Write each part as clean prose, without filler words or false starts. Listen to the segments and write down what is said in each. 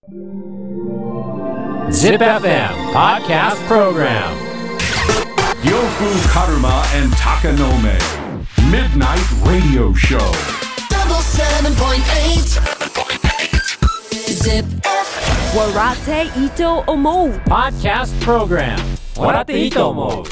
Zip FM Podcast Program Yofu Karuma and Takanome Midnight Radio Show 77.8 Zip Warate Ito Omo Podcast Program 笑っていいと思う。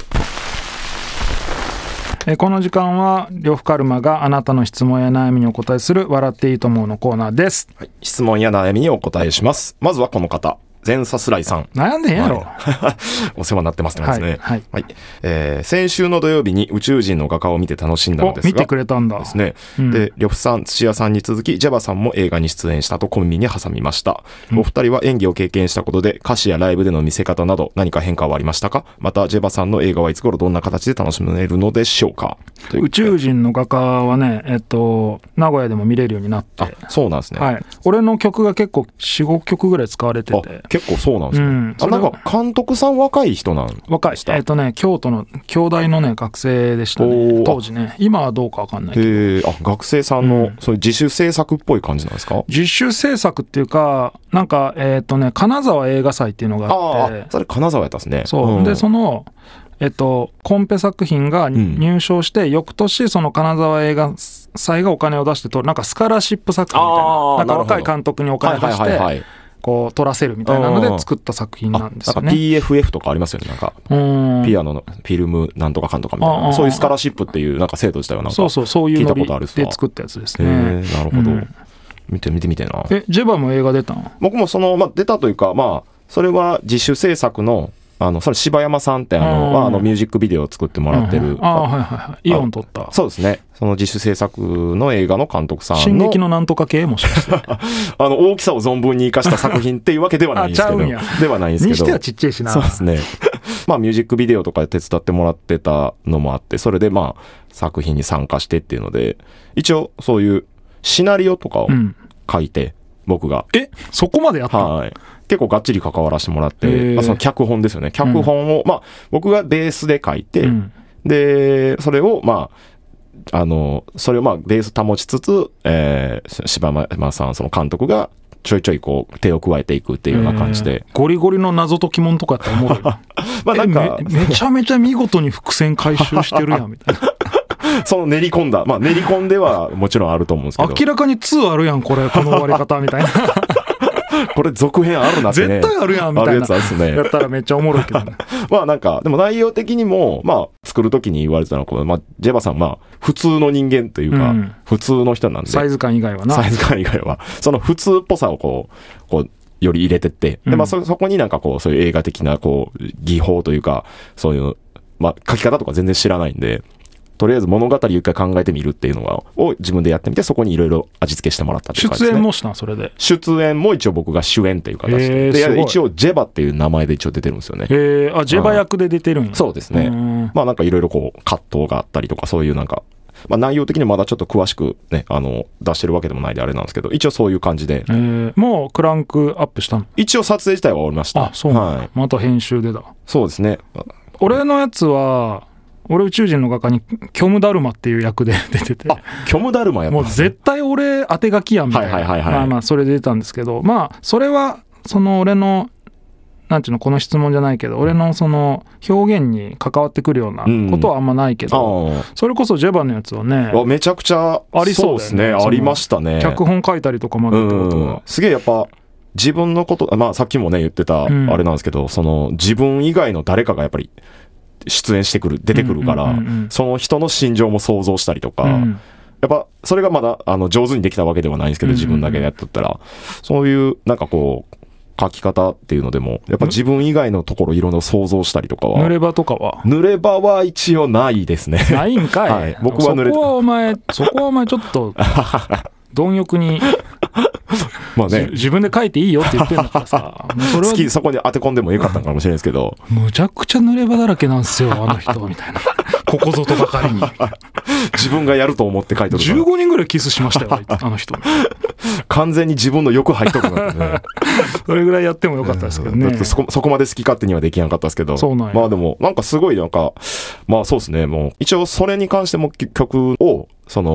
この時間は呂布カルマがあなたの質問や悩みにお答えする笑っていいと思うのコーナーです、 はい、質問や悩みにお答えします。まずはこの方、前さすらいさん。 悩んでへんやろ、 はい、お世話になってますね、 はいはいはい。先週の土曜日に宇宙人の画家を見て楽しんだのですが、 見てくれたんだですね、で呂布さん、土屋さんに続きジェバさんも映画に出演したと小耳に挟みました、お二人は演技を経験したことで歌詞やライブでの見せ方など何か変化はありましたか？またジェバさんの映画はいつ頃どんな形で楽しめるのでしょうか？ 宇宙人の画家はね、名古屋でも見れるようになって。 あ、そうなんですね、 はい、俺の曲が結構 4,5 曲ぐらい使われてて。 結構そうなんですね、なんか監督さん若い人なん若い、京都の京大のね学生でしたね当時ね。今はどうか分かんないけど。 学生さんの、そういう自主制作っぽい感じなんですか？ 自主制作っていうか、なんか金沢映画祭っていうのがあって。 それ金沢やったんですね。 そう、でそのコンペ作品が入賞して、翌年その金沢映画祭がお金を出してなんかスカラシップ作品みたいな、なんか若い監督にお金出してこう撮らせるみたいなので作った作品なんですよね。 なんか PFF とかありますよね。なんかピアノのフィルムなんとかかんとかみたいな、そういうスカラシップっていうなんか制度自体はなんかそういうので作ったやつですね。 なるほど、見てみてな。 ジェバも映画出たの？ 僕も出たというか、それは自主制作のそれ柴山さんってミュージックビデオを作ってもらってる、 イオン撮った。 そうですね。その自主制作の映画の監督さんの進撃のなんとか系もしかして大きさを存分に生かした作品っていうわけではないんですけどにしてはちっちゃいしな。 そうですねミュージックビデオとか手伝ってもらってたのもあって、それで作品に参加してっていうので、一応そういうシナリオとかを書いて、僕がそこまでやった？ はい、結構がっちり関わらせてもらって、その脚本ですよね。脚本を、僕がベースで書いて、でそれをそれをベース保ちつつ、柴山さん、その監督がちょいちょいこう手を加えていくっていうような感じで、 ゴリゴリの謎解きもんとかやったら思うよなんかめちゃめちゃ見事に伏線回収してるやんみたいなその練り込んだ、練り込んではもちろんあると思うんですけど、 明らかに2あるやんこの終わり方みたいなこれ続編あるなってね、 絶対あるやんみたいなやったらめっちゃおもろいけどねなんかでも内容的にも作る時に言われてたのは、ジェバさん普通の人間というか、普通の人なんで、 サイズ感以外はその普通っぽさをこうより入れてって、でそこになんかそういう映画的な技法というか、そういう書き方とか全然知らないんで、とりあえず物語を一回考えてみるっていうのを自分でやってみて、そこにいろいろ味付けしてもらったっていう感じですね。 出演もしたん？それで出演も一応僕が主演っていう形で、一応ジェバっていう名前で一応出てるんですよね。 ジェバ役で出てるんや。 そうですね。なんかいろいろ葛藤があったりとか、そういうなんか内容的にまだちょっと詳しくね出してるわけでもないであれなんですけど、一応そういう感じで、 もうクランクアップしたの？ 一応撮影自体は終わりました。 そうなんだ。また編集でだ。 そうですね。 俺のやつは俺宇宙人の画家に虚無だるまっていう役で出てて、 虚無だるまやっぱもう絶対俺当て書きやんみたいな、それで出たんですけど、それはその俺のなんていうの、この質問じゃないけど、俺のその表現に関わってくるようなことはあんまないけど、それこそジェバのやつはね、 めちゃくちゃありそうですね。 ありましたね。 脚本書いたりとかもあるってことは、 すげえやっぱ自分のこと、さっきもね言ってたあれなんですけど、その自分以外の誰かがやっぱり出演してくる、出てくるから、その人の心情も想像したりとか、やっぱそれがまだ上手にできたわけではないんですけど、自分だけでやっとったら、そういうなんか書き方っていうのでもやっぱ自分以外のところいろんな想像したりとかは。 濡れ場とかは？濡れ場は一応ないですね。 ないんかい、 はい、僕は濡れて、そこはお前ちょっと貪欲に自分で書いていいよって言ってんだからさそれはそこに当て込んでもよかったのかもしれないですけどむちゃくちゃ濡れ場だらけなんですよあの人みたいなここぞとばかりに自分がやると思って書いてるから 15人ぐらいキスしましたよあの人完全に自分の欲入っとくなってねそれぐらいやってもよかったですけどね、 だってそこまで好き勝手にはできなかったですけど、 そうなんや。 まあでもなんかすごいなんかそうですね、もう一応それに関しても曲をその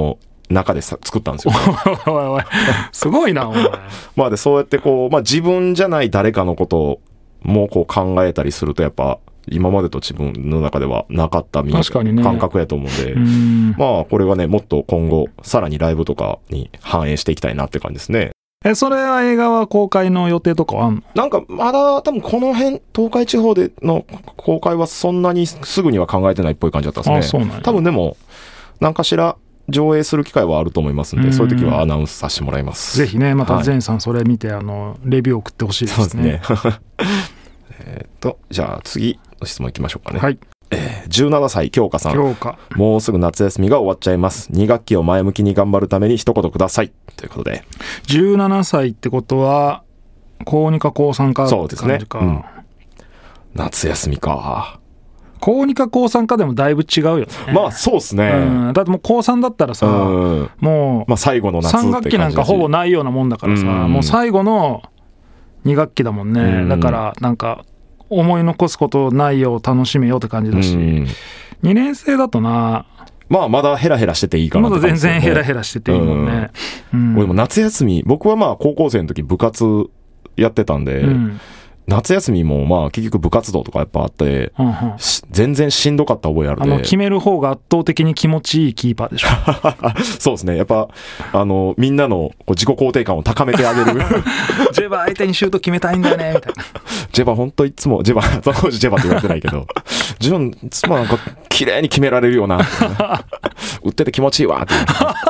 中で作ったんですよ。 おいおいすごいなお前。 まあでそうやってこう、まあ、自分じゃない誰かのこともこう考えたりするとやっぱ今までと自分の中ではなかった感覚やと思うんで、まあこれがねもっと今後さらにライブとかに反映していきたいなって感じですね。 それは映画は公開の予定とかはあんの？ なんかまだ多分この辺東海地方での公開はそんなにすぐには考えてないっぽい感じだったんですね。 そうなんや。 多分でも何かしら上映する機会はあると思いますんで、そういう時はアナウンスさせてもらいます。 ぜひね、また前さんそれ見て、レビュー送ってほしいですね。 そうですね。じゃあ次の質問いきましょうかね。 はい。 17歳京香さん。もうすぐ夏休みが終わっちゃいます。2学期を前向きに頑張るために一言くださいということで。 17歳ってことは高2か高3かって感じか。そうですね。 夏休みか。 高2か高3かでもだいぶ違うよね。 まあそうですね。 だってもう高3だったらさ、もう、 まあ、最後の夏って感じだし、 3学期なんかほぼないようなもんだからさ、もう最後の2学期だもんね。だからなんか思い残すことないよう楽しめようって感じだし、2年生だとな、 まあまだヘラヘラしてていいかなって感じですよね。 まだ全然ヘラヘラしてていいもんね。 俺も夏休み、僕はまあ高校生の時部活やってたんで、夏休みもまあ結局部活動とかやっぱあって、全然しんどかった覚えあるんで。 決める方が圧倒的に気持ちいいキーパーでしょ。 そうですね。やっぱみんなのこう自己肯定感を高めてあげる。 ジェバ相手にシュート決めたいんだよねみたいな。 ジェバ本当いつも当時ジェバって言われてないけど、自分いつもなんか綺麗に決められるような、打ってて気持ちいいわって。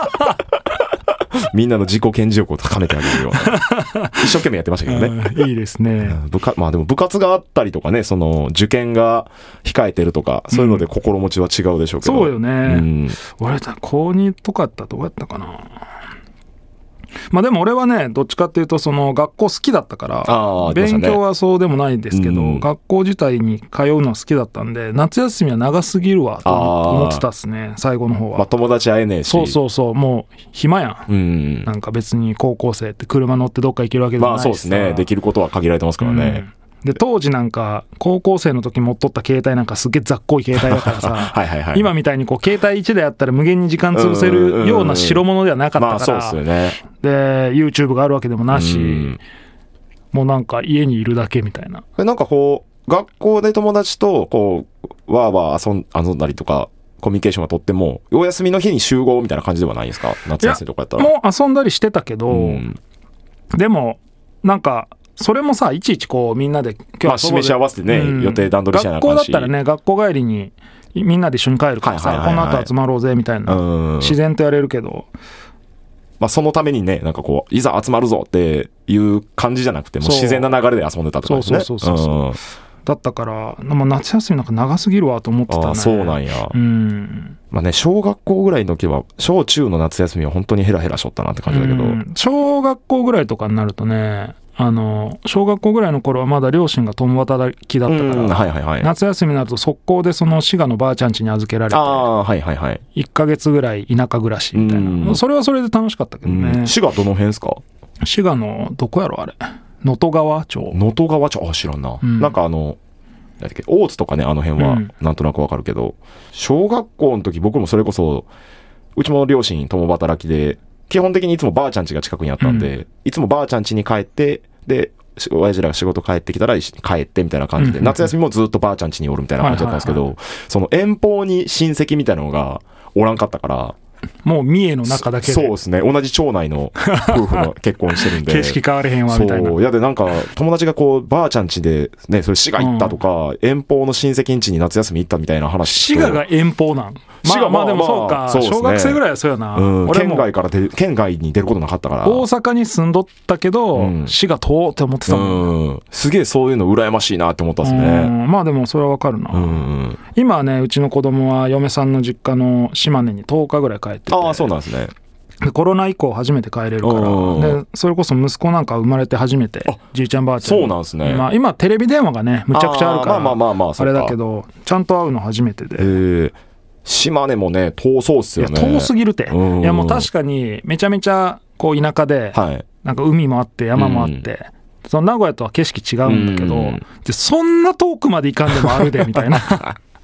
みんなの自己顕示欲を高めてあげるような一生懸命やってましたけどね。 いいですね。 まあでも部活があったりとかね、その受験が控えてるとか、そういうので心持ちは違うでしょうけど。 そうよね。俺高2とかだったらどうやったかな。まあでも俺はね、どっちかっていうとその学校好きだったから、勉強はそうでもないんですけど、学校自体に通うのは好きだったんで、夏休みは長すぎるわと思ってたっすね、最後の方は。 まあ友達会えねえし。 そうもう暇やん。なんか別に高校生って車乗ってどっか行けるわけじゃないしさ。 まあそうですね。できることは限られてますからね。 で当時なんか高校生の時持っとった携帯なんかすげえ雑魚い携帯だからさ今みたいにこう携帯1台あったら無限に時間潰せるような代物ではなかったから、 まあそうですよね。 で YouTube があるわけでもなし、もうなんか家にいるだけみたいな。 なんかこう学校で友達とこうわーわー遊んだりとかコミュニケーションがとってもお休みの日に集合みたいな感じではないですか？夏休みとかやったら。 もう遊んだりしてたけど、でもなんかそれもさ、いちいちこうみんなで今日は示し合わせてね、予定段取りしなあかんし。 学校だったらね、学校帰りにみんなで一緒に帰るからさ、この後集まろうぜみたいな、自然とやれるけど、 まあそのためにね、なんかこういざ集まるぞっていう感じじゃなくて、もう自然な流れで遊んでたとかですね。 そうだったから、もう夏休みなんか長すぎるわと思ってたね。 そうなんや。まあね、小学校ぐらいの時は、小中の夏休みは本当にヘラヘラしょったなって感じだけど、 小学校ぐらいとかになるとね、小学校ぐらいの頃はまだ両親が共働きだったから、夏休みになると速攻でその滋賀のばあちゃん家に預けられて、1ヶ月ぐらい田舎暮らしみたいな、それはそれで楽しかったけどね。 滋賀どの辺ですか？ 滋賀のどこやろあれ、能登川町。 知らんな。なんか大津とかね、あの辺はなんとなくわかるけど、小学校の時僕もそれこそうちも両親共働きで、基本的にいつもばあちゃん家が近くにあったんで、いつもばあちゃん家に帰って、で親父らが仕事帰ってきたら帰ってみたいな感じで、夏休みもずっとばあちゃん家におるみたいな感じだったんですけど、その遠方に親戚みたいなのがおらんかったから、 もう三重の中だけで。 そうですね。同じ町内の夫婦の結婚してるんで。 景色変われへんわみたいな。 そう。いやでなんか友達がこうばあちゃん家でね、それ滋賀行ったとか、遠方の親戚ん家に夏休み行ったみたいな話。 滋賀が遠方なん。まあでもそうか。小学生ぐらいはそうやな。 県外に出ることなかったから。 大阪に住んどったけど、滋賀遠って思ってたもん。 すげえそういうの羨ましいなって思ったんですね。 まあでもそれはわかるな。今はね、うちの子供は嫁さんの実家の島根に10日ぐらい帰ってて。 ああ、そうなんですね。 でコロナ以降初めて帰れるから、でそれこそ息子なんか生まれて初めてじいちゃんばあちゃん。 そうなんですね。 今テレビ電話がねむちゃくちゃあるからあれだけど、ちゃんと会うの初めてで。 島根もね遠そうっすよね。 いや遠すぎるて。いやもう確かにめちゃめちゃこう田舎で、なんか海もあって山もあって、その名古屋とは景色違うんだけど、でそんな遠くまで行かんでもあるでみたいな。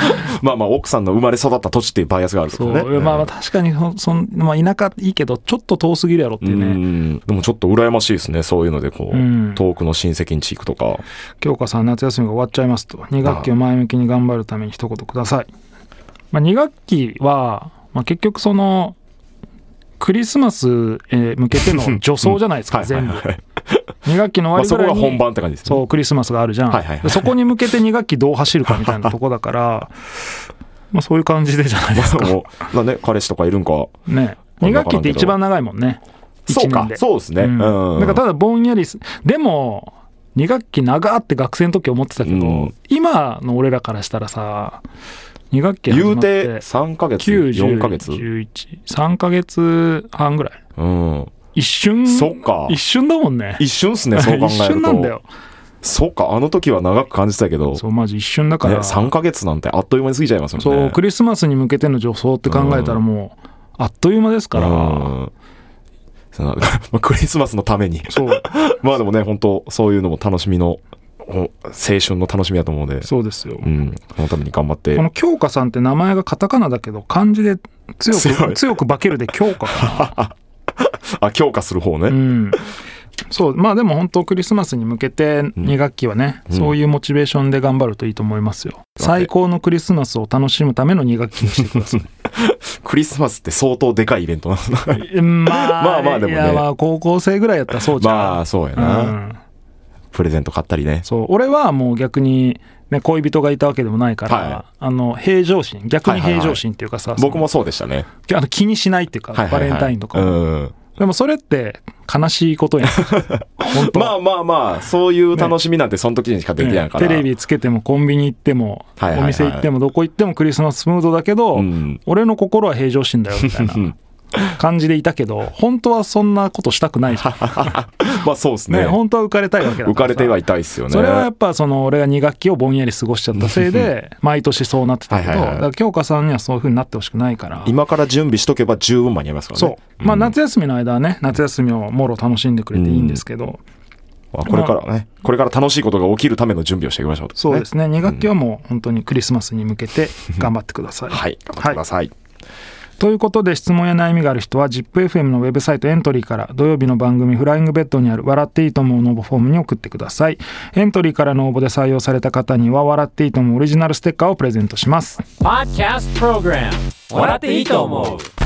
まあまあ奥さんの生まれ育った土地っていうバイアスがあるからね。 そう、まあ確かにまあ、田舎いいけどちょっと遠すぎるやろっていうね。 でもちょっと羨ましいですね、そういうのでこう、遠くの親戚に行くとか。 京香さん、夏休みが終わっちゃいますと、2学期を前向きに頑張るために一言ください。まあ、2学期は、まあ、結局そのクリスマスへ向けての助走じゃないですか、全部。2学期の終わりぐらいに、 そこが本番って感じですね。 そうクリスマスがあるじゃん、そこに向けて2学期どう走るかみたいなとこだからまあそういう感じでじゃないですか。 まあね、彼氏とかいるんかね。2学期って一番長いもんね、 そうか、そうですね。だからただぼんやりでも2学期長って学生の時思ってたけど、今の俺らからしたらさ、2学期始まって言うて3ヶ月4ヶ月 3ヶ月半ぐらい、一瞬、そっか、一瞬だもんね。 一瞬っすね、そう考えると。 一瞬なんだよ。 そっか、あの時は長く感じたけど、 そうマジ一瞬だから、 ね、3ヶ月なんてあっという間に過ぎちゃいますもんね。 そうクリスマスに向けての助走って考えたらもうあっという間ですから、 クリスマスのためにそうまあでもね、本当そういうのも楽しみの青春の楽しみだと思うので。 そうですよ、 そのために頑張って。 この京香さんって名前がカタカナだけど漢字で強く化けるで京香かなあ、強化する方ね、 そうまあでも本当クリスマスに向けて2学期はね、そういうモチベーションで頑張るといいと思いますよ。最高のクリスマスを楽しむための2学期にしてくださいクリスマスって相当でかいイベントなんですまあまあでもね、いやまあ高校生ぐらいやったらそうじゃん。 まあそうやな、プレゼント買ったりね。 そう俺はもう逆に、ね、恋人がいたわけでもないから、平常心、逆に平常心っていうかさ、 僕もそうでしたね。 気にしないっていうか、バレンタインとかも、でもそれって悲しいことやん本当まあまあまあそういう楽しみなんてその時にしかできないから、 テレビつけてもコンビニ行っても、お店行ってもどこ行ってもクリスマスムードだけど、俺の心は平常心だよみたいな感じでいたけど、本当はそんなことしたくないじゃんまあそうですね。 本当は浮かれたいわけだから、 浮かれてはいたいっすよね。 それはやっぱその俺が2学期をぼんやり過ごしちゃったせいで毎年そうなってたけど、だから京香さんにはそういう風になってほしくないから、 今から準備しとけば十分間に合いますからね。 そう、まあ夏休みの間はね、夏休みをもろ楽しんでくれていいんですけど、 これからね、これから楽しいことが起きるための準備をしていきましょう。 そうですね。2学期はもう本当にクリスマスに向けて頑張ってくださいはい、頑張ってください。 ということで、質問や悩みがある人は ZIPFM のウェブサイトエントリーから土曜日の番組フライングベッドにある笑っていいと思うの応募フォームに送ってください。エントリーからの応募で採用された方には笑っていいと思うオリジナルステッカーをプレゼントします。 Podcast Program 笑っていいと思う。